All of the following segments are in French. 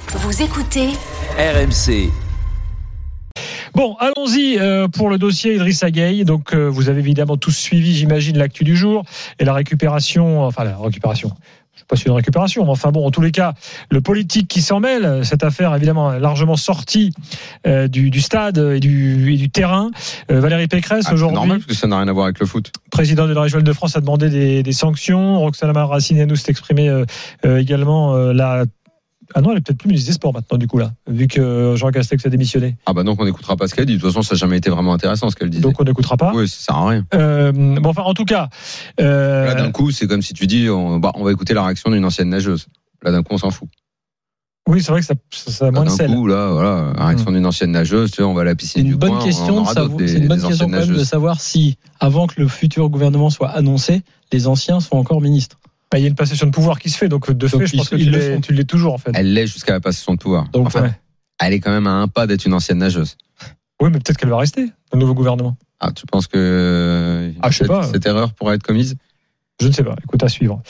Vous écoutez RMC. Bon, allons-y pour le dossier Idrissa Gueye. Donc, vous avez évidemment tous suivi, j'imagine, l'actu du jour et la récupération. Je suis pas sûr de récupération, mais enfin bon, en tous les cas, le politique qui s'en mêle, cette affaire évidemment largement sortie du stade et du terrain. Valérie Pécresse aujourd'hui. C'est normal parce que ça n'a rien à voir avec le foot. Président de la région de France a demandé des sanctions. Roxana Maracineanu s'est exprimée également Ah non, elle est peut-être plus ministre des Sports maintenant, du coup, là, vu que Jean Castex a démissionné. Ah bah donc on n'écoutera pas ce qu'elle dit. De toute façon, ça n'a jamais été vraiment intéressant ce qu'elle disait. Donc on n'écoutera pas. Oui, ça sert à rien. Bon, enfin, en tout cas. Là, d'un coup, c'est comme si tu dis, on va écouter la réaction d'une ancienne nageuse. Là, d'un coup, on s'en fout. Oui, c'est vrai que ça a moins de sel. D'un coup, là, voilà, la réaction d'une ancienne nageuse, tu sais, on va à la piscine du coin. C'est une bonne question quand même de savoir si, avant que le futur gouvernement soit annoncé, les anciens sont encore ministres. Il y a une passation de pouvoir qui se fait, donc de fait, je pense que tu l'es toujours en fait. Elle l'est jusqu'à la passation de pouvoir. Donc, elle est quand même à un pas d'être une ancienne nageuse. Oui, mais peut-être qu'elle va rester dans le nouveau gouvernement. Ah, tu penses que je sais pas. Cette erreur pourrait être commise ? Je ne sais pas. Écoute, à suivre.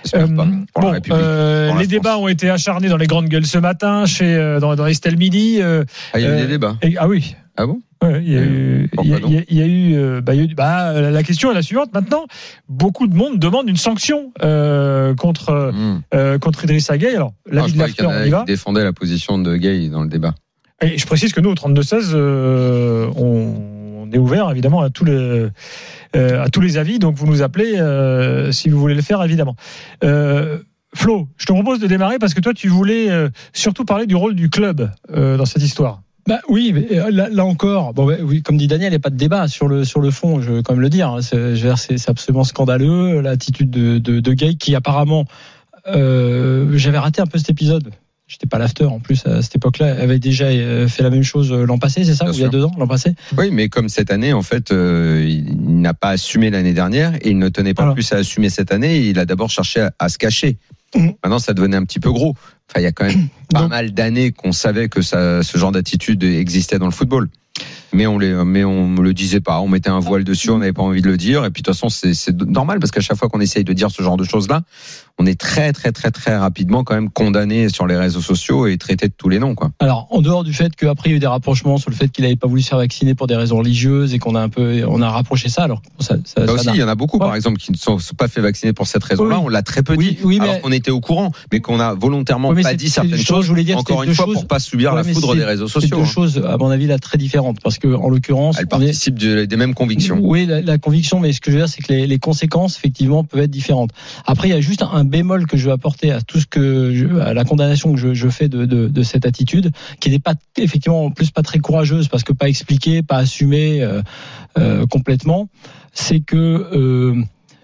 Les débats ont été acharnés dans les grandes gueules ce matin, dans Estelle Midi. Il y a eu des débats. Ah oui. Ah bon ? Il y a eu la question est la suivante maintenant. Beaucoup de monde demande une sanction contre Idrissa Gueye. Alors, l'avis de l'after, on y va. Qui défendait la position de Gueye dans le débat. Et je précise que nous, au 32-16, on est ouvert évidemment à tous les avis. Donc, vous nous appelez si vous voulez le faire, évidemment. Flo, je te propose de démarrer parce que toi, tu voulais surtout parler du rôle du club dans cette histoire. Oui, mais là encore, oui, comme dit Daniel, il n'y a pas de débat sur le fond. Je veux quand même le dire. C'est absolument scandaleux l'attitude de Gueye qui apparemment, j'avais raté un peu cet épisode. J'étais pas l'after en plus à cette époque-là. Avait déjà fait la même chose l'an passé, c'est ça, ou il y a 2 ans, l'an passé. Oui, mais comme cette année, en fait, il n'a pas assumé l'année dernière et il ne tenait pas plus à assumer cette année. Il a d'abord cherché à se cacher. Maintenant, ça devenait un petit peu gros. Enfin, il y a quand même pas mal d'années qu'on savait que ce genre d'attitude existait dans le football. Mais on le disait pas. On mettait un voile dessus, on n'avait pas envie de le dire. Et puis de toute façon, c'est normal parce qu'à chaque fois qu'on essaye de dire ce genre de choses-là, on est très très très très rapidement quand même condamné sur les réseaux sociaux et traité de tous les noms, quoi. Alors, en dehors du fait qu'après il y a eu des rapprochements sur le fait qu'il n'avait pas voulu se faire vacciner pour des raisons religieuses et on a rapproché ça. Alors ça aussi, il y en a beaucoup, par exemple, qui ne sont pas fait vacciner pour cette raison-là. Oui. On l'a très peu dit, alors qu'on était au courant, mais qu'on a volontairement pas dit certaines choses. Encore une fois, pour pas subir la foudre des réseaux sociaux. C'est deux choses, à mon avis, là très différentes, parce que en l'occurrence, elles participent des mêmes convictions. Oui, la conviction, mais ce que je veux dire, c'est que les conséquences, effectivement, peuvent être différentes. Après, il y a juste un bémol que je veux apporter à tout à la condamnation que je fais de cette attitude, qui n'est pas effectivement en plus pas très courageuse, parce que pas expliquée, pas assumée complètement. C'est que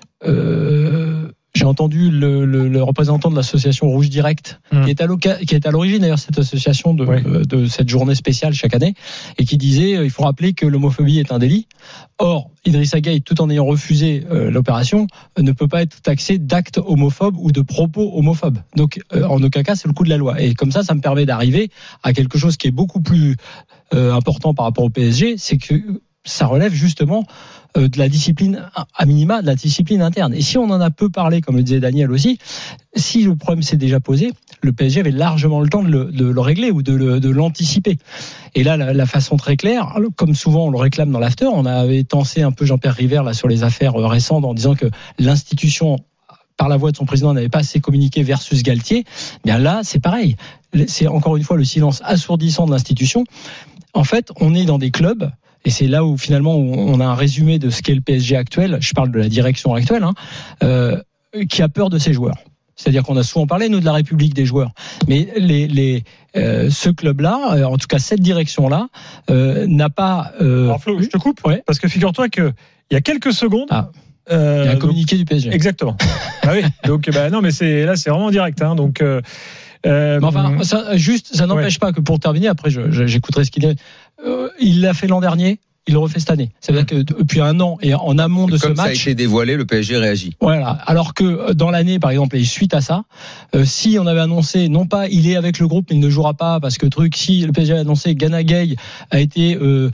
j'ai entendu le représentant de l'association Rouge Direct, qui est à l'origine d'ailleurs cette association de cette journée spéciale chaque année, et qui disait il faut rappeler que l'homophobie est un délit. Or, Idrissa Gueye, tout en ayant refusé l'opération, ne peut pas être taxé d'actes homophobes ou de propos homophobes. Donc, en aucun cas, c'est le coup de la loi. Et comme ça me permet d'arriver à quelque chose qui est beaucoup plus important par rapport au PSG, c'est que ça relève justement de la discipline, à minima, de la discipline interne. Et si on en a peu parlé, comme le disait Daniel aussi, si le problème s'est déjà posé, le PSG avait largement le temps de le régler ou de l'anticiper. Et là, la façon très claire, comme souvent on le réclame dans l'after, on avait tensé un peu Jean-Pierre River là sur les affaires récentes en disant que l'institution, par la voix de son président, n'avait pas assez communiqué versus Galtier. Bien là, c'est pareil. C'est encore une fois le silence assourdissant de l'institution. En fait, on est dans des clubs. Et c'est là où finalement on a un résumé de ce qu'est le PSG actuel. Je parle de la direction actuelle, qui a peur de ses joueurs. C'est-à-dire qu'on a souvent parlé nous de la République des joueurs, mais ce club-là, en tout cas cette direction-là, n'a pas. Alors Flo, je te coupe, parce que figure-toi que il y a quelques secondes. Il y a un communiqué du PSG. Exactement. Ah oui. Donc non, mais c'est vraiment direct. Donc. Mais enfin, ça n'empêche pas que pour terminer, après j'écouterai ce qu'il dit. Il l'a fait l'an dernier, il le refait cette année. Ça veut dire que depuis un an et en amont de ce match, comme ça a été dévoilé, le PSG réagit. Voilà. Alors que dans l'année, par exemple, et suite à ça, si on avait annoncé non pas il est avec le groupe mais il ne jouera pas parce que si le PSG avait annoncé Gana Gueye a été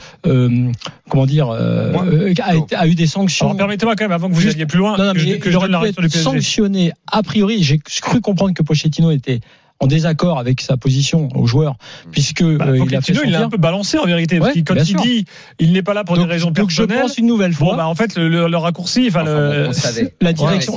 a eu des sanctions. Alors permettez-moi quand même avant que vous alliez plus loin que je donne la réaction du PSG. Sanctionné a priori, j'ai cru comprendre que Pochettino était en désaccord avec sa position aux joueurs, puisque il a fait son il a un peu balancé en vérité, parce que quand il dit il n'est pas là pour des raisons personnelles. Donc je pense une nouvelle fois. En fait, le raccourci, la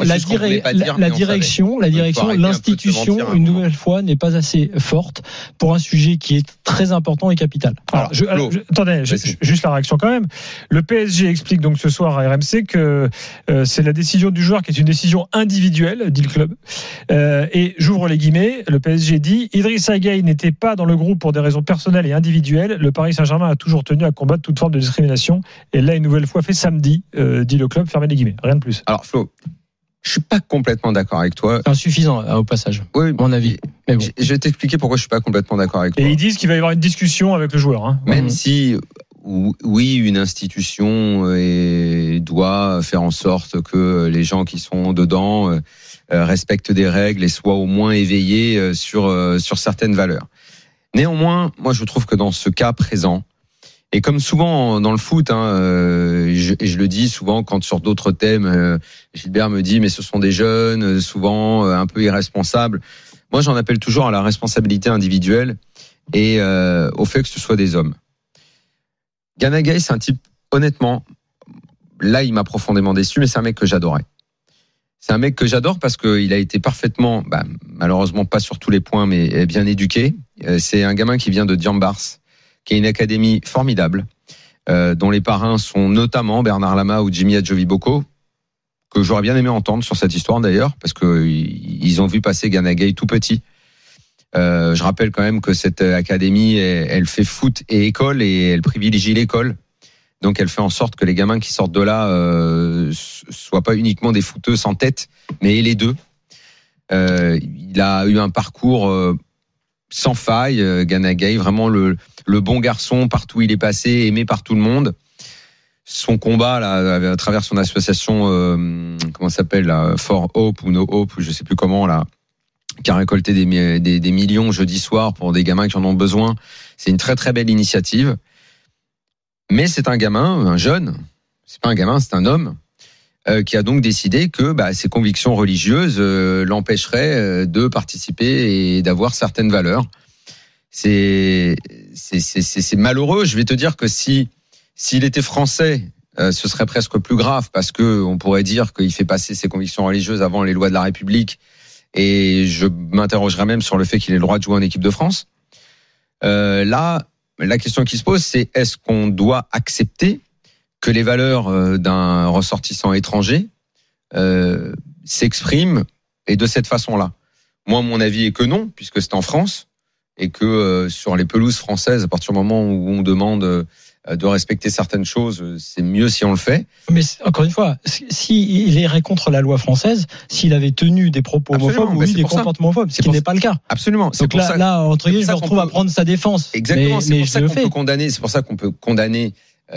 direction, l'institution, une nouvelle fois, n'est pas assez forte pour un sujet qui est très important et capital. Alors, attendez, juste la réaction quand même. Le PSG explique donc ce soir à RMC que c'est la décision du joueur qui est une décision individuelle, dit le club. Et j'ouvre les guillemets, le PSG dit Idrissa Gueye n'était pas dans le groupe pour des raisons personnelles et individuelles. Le Paris Saint-Germain a toujours tenu à combattre toute forme de discrimination. Et là, une nouvelle fois fait samedi, dit le club, fermez les guillemets. Rien de plus. Alors Flo, je suis pas complètement d'accord avec toi. Insuffisant au passage, oui, à mon avis. Mais bon. Je vais t'expliquer pourquoi je suis pas complètement d'accord avec toi. Et ils disent qu'il va y avoir une discussion avec le joueur. Même si, oui, une institution doit faire en sorte que les gens qui sont dedans respectent des règles et soient au moins éveillés sur certaines valeurs. Néanmoins, moi je trouve que dans ce cas présent, et comme souvent dans le foot, je le dis souvent quand sur d'autres thèmes, Gilbert me dit mais ce sont des jeunes, souvent un peu irresponsables. Moi j'en appelle toujours à la responsabilité individuelle et au fait que ce soit des hommes. Gana Gueye, c'est un type, honnêtement, là il m'a profondément déçu, mais c'est un mec que j'adorais. C'est un mec que j'adore parce qu'il a été parfaitement, malheureusement pas sur tous les points, mais bien éduqué. C'est un gamin qui vient de Diambars, qui est une académie formidable, dont les parrains sont notamment Bernard Lama ou Jimmy Adjoviboko, que j'aurais bien aimé entendre sur cette histoire d'ailleurs, parce que ils ont vu passer Gana Gueye tout petit. Je rappelle quand même que cette académie, elle fait foot et école, et elle privilégie l'école. Donc elle fait en sorte que les gamins qui sortent de là soient pas uniquement des footeux sans tête, mais les deux. Il a eu un parcours sans faille, Gana Gueye, vraiment le bon garçon partout où il est passé, aimé par tout le monde. Son combat là, à travers son association, comment ça s'appelle là, For Hope ou No Hope, je sais plus comment là, qui a récolté des millions jeudi soir pour des gamins qui en ont besoin. C'est une très très belle initiative. Mais c'est un gamin, un jeune, c'est pas un gamin, c'est un homme, qui a donc décidé que ses convictions religieuses l'empêcheraient de participer et d'avoir certaines valeurs. C'est malheureux. Je vais te dire que s'il était français, ce serait presque plus grave, parce que on pourrait dire qu'il fait passer ses convictions religieuses avant les lois de la République, et je m'interrogerais même sur le fait qu'il ait le droit de jouer en équipe de France. Là, la question qui se pose, c'est est-ce qu'on doit accepter que les valeurs d'un ressortissant étranger s'expriment et de cette façon-là? Moi, mon avis est que non, puisque c'est en France, et que sur les pelouses françaises, à partir du moment où on demande de respecter certaines choses, c'est mieux si on le fait. Mais encore une fois, s'il irait contre la loi française, s'il avait tenu des propos homophobes ou des comportements homophobes, ce qui n'est pas le cas. Absolument. Donc là, entre guillemets, je me retrouve à prendre sa défense. Exactement. C'est pour ça qu'on peut condamner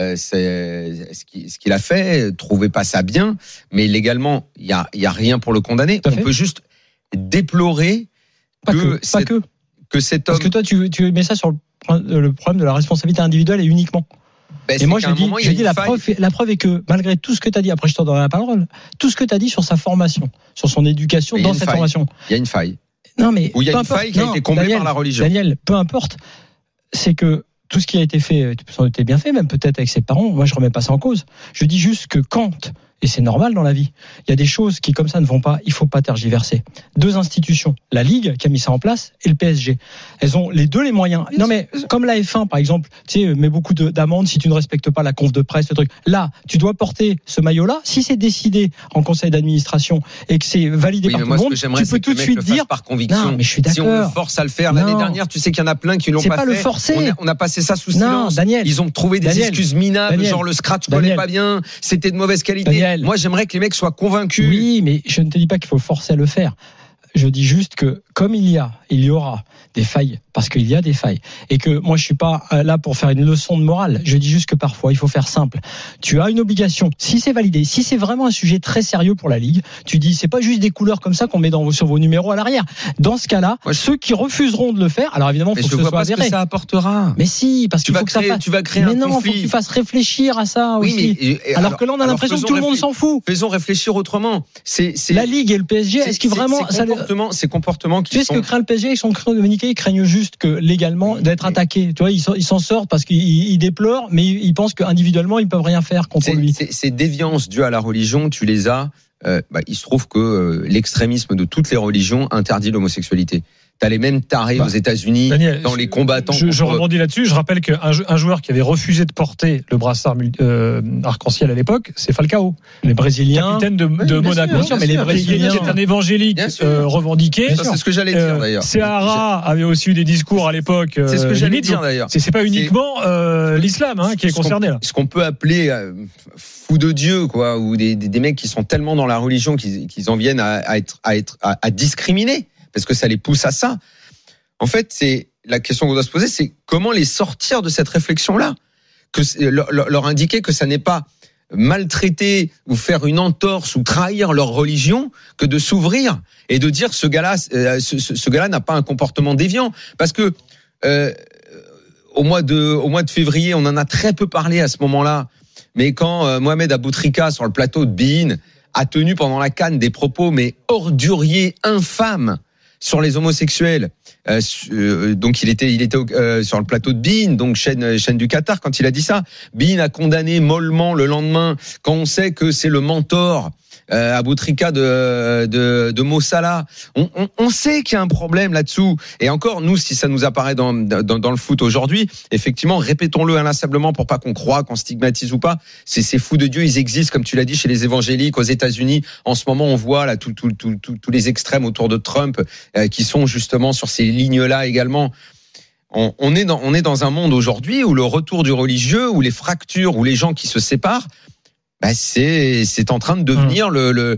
ce qu'il a fait, trouver pas ça bien, mais légalement, il y a rien pour le condamner. On peut juste déplorer que cet homme. Parce que toi, tu mets ça sur le problème de la responsabilité individuelle et uniquement. Et moi, je dis la preuve est que malgré tout ce que tu as dit, après je t'en donnerai la parole, tout ce que tu as dit sur sa formation, sur son éducation, dans cette formation. Il y a une faille. Non, mais. Ou il y a une faille qui a été comblée par la religion. Daniel, peu importe. C'est que tout ce qui a été fait, ça a été bien fait, même peut-être avec ses parents. Moi, je remets pas ça en cause. Je dis juste que quand, et c'est normal dans la vie, il y a des choses qui comme ça ne vont pas, il faut pas tergiverser. Deux institutions, la Ligue qui a mis ça en place et le PSG. Elles ont les deux les moyens. Non mais comme la F1 par exemple, tu sais, met beaucoup d'amendes si tu ne respectes pas la conf de presse, le truc. Là, tu dois porter ce maillot-là. Si c'est décidé en conseil d'administration et que c'est validé par tout le monde, tu peux tout de suite dire par conviction. Non, mais je suis d'accord. Si on le force à le faire l'année dernière, tu sais qu'il y en a plein qui l'ont pas fait. C'est pas le forcer. On a passé ça sous silence. Daniel, ils ont trouvé des excuses minables, genre le scratch collait pas bien, c'était de mauvaise qualité. Moi, j'aimerais que les mecs soient convaincus. Oui, mais je ne te dis pas qu'il faut forcer à le faire. Je dis juste que comme il y aura des failles, parce qu'il y a des failles, et que moi je suis pas là pour faire une leçon de morale. Je dis juste que parfois il faut faire simple. Tu as une obligation. Si c'est validé, si c'est vraiment un sujet très sérieux pour la Ligue, tu dis c'est pas juste des couleurs comme ça qu'on met sur vos numéros à l'arrière. Dans ce cas-là, ceux qui refuseront de le faire, alors évidemment, il faut que ce soit avéré. Ce que ça apportera. Mais si, parce qu'il faut que ça fasse. Tu vas créer un conflit. Mais non, il faut que tu fasses réfléchir à ça aussi. Oui, mais alors que là, on a l'impression que tout le monde s'en fout. Faisons réfléchir autrement. La Ligue et le PSG, est-ce qu'ils vraiment ces comportements gens qui tu sais ce que craint le PSG avec son créneau dominicain, ils craignent juste que légalement d'être attaqués. Tu vois, ils s'en sortent parce qu'ils déplorent, mais ils pensent qu'individuellement ils peuvent rien faire contre lui. Ces déviances dues à la religion, tu les as. Il se trouve que l'extrémisme de toutes les religions interdit l'homosexualité. T'as les mêmes tarés aux États-Unis, Daniel, dans les combattants. Je rebondis là-dessus. Je rappelle qu'un joueur qui avait refusé de porter le brassard arc-en-ciel à l'époque, c'est Falcao. Les Brésiliens. Capitaine de Monaco. Bien sûr, mais les Brésiliens. C'est un évangélique revendiqué. C'est ce que j'allais dire d'ailleurs. Seara avait aussi eu des discours à l'époque. C'est ce que j'allais dire d'ailleurs. C'est pas uniquement l'islam qui est concerné là. Ce qu'on peut appeler fou de Dieu, quoi, ou des mecs qui sont tellement dans la religion qu'ils en viennent à discriminer. Parce que ça les pousse à ça. En fait, c'est la question qu'on doit se poser, c'est comment les sortir de cette réflexion-là, leur indiquer que ça n'est pas maltraiter ou faire une entorse ou trahir leur religion que de s'ouvrir et de dire ce gars-là n'a pas un comportement déviant. Parce que au mois de février, on en a très peu parlé à ce moment-là. Mais quand Mohamed Aboutrika sur le plateau de beIN a tenu pendant la CAN des propos mais orduriers, infâmes sur les homosexuels, donc il était sur le plateau de beIN, donc chaîne du Qatar, quand il a dit ça. beIN a condamné mollement le lendemain, quand on sait que c'est le mentor Aboutrika de Mo Salah. On sait qu'il y a un problème là-dessous. Et encore, nous, si ça nous apparaît dans le foot aujourd'hui, effectivement, répétons-le inlassablement pour pas qu'on croie, qu'on stigmatise ou pas. Ces fous de Dieu, ils existent, comme tu l'as dit, chez les évangéliques, aux États-Unis. En ce moment, on voit là tous les extrêmes autour de Trump qui sont justement sur ces lignes-là également. On est dans un monde aujourd'hui où le retour du religieux, où les fractures, où les gens qui se séparent, c'est en train de devenir le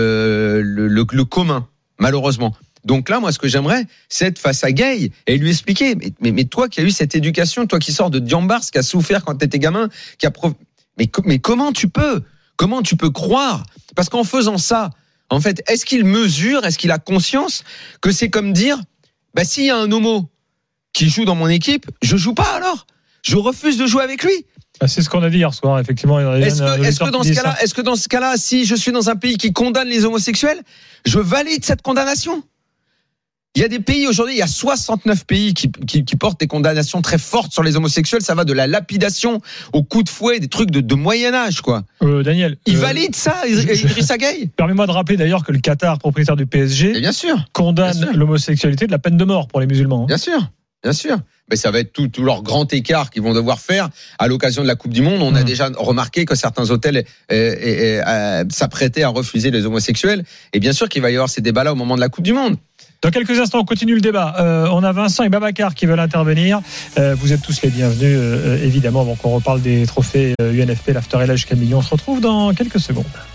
commun, malheureusement. Donc là, moi, ce que j'aimerais, c'est être face à Gueye et lui expliquer. Mais toi qui as eu cette éducation, toi qui sors de Diambars, qui a souffert quand t'étais gamin, mais comment tu peux croire? Parce qu'en faisant ça, en fait, est-ce qu'il mesure, est-ce qu'il a conscience que c'est comme dire, s'il y a un homo qui joue dans mon équipe, je joue pas alors. Je refuse de jouer avec lui. C'est ce qu'on a dit hier soir, effectivement. Est-ce que dans ce cas-là, si je suis dans un pays qui condamne les homosexuels, je valide cette condamnation? Il y a des pays aujourd'hui, il y a 69 pays qui portent des condamnations très fortes sur les homosexuels. Ça va de la lapidation au coup de fouet, des trucs de Moyen-Âge, quoi. Daniel. Il valide ça, Idrissa Gueye? Permets-moi de rappeler d'ailleurs que le Qatar, propriétaire du PSG, bien sûr, condamne l'homosexualité de la peine de mort pour les musulmans. Bien sûr. Mais ça va être tout leur grand écart qu'ils vont devoir faire à l'occasion de la Coupe du Monde. On a déjà remarqué que certains hôtels s'apprêtaient à refuser les homosexuels. Et bien sûr qu'il va y avoir ces débats-là au moment de la Coupe du Monde. Dans quelques instants, on continue le débat. On a Vincent et Babacar qui veulent intervenir. Vous êtes tous les bienvenus, évidemment, avant qu'on reparle des trophées UNFP, l'After LA jusqu'à 1 million. On se retrouve dans quelques secondes.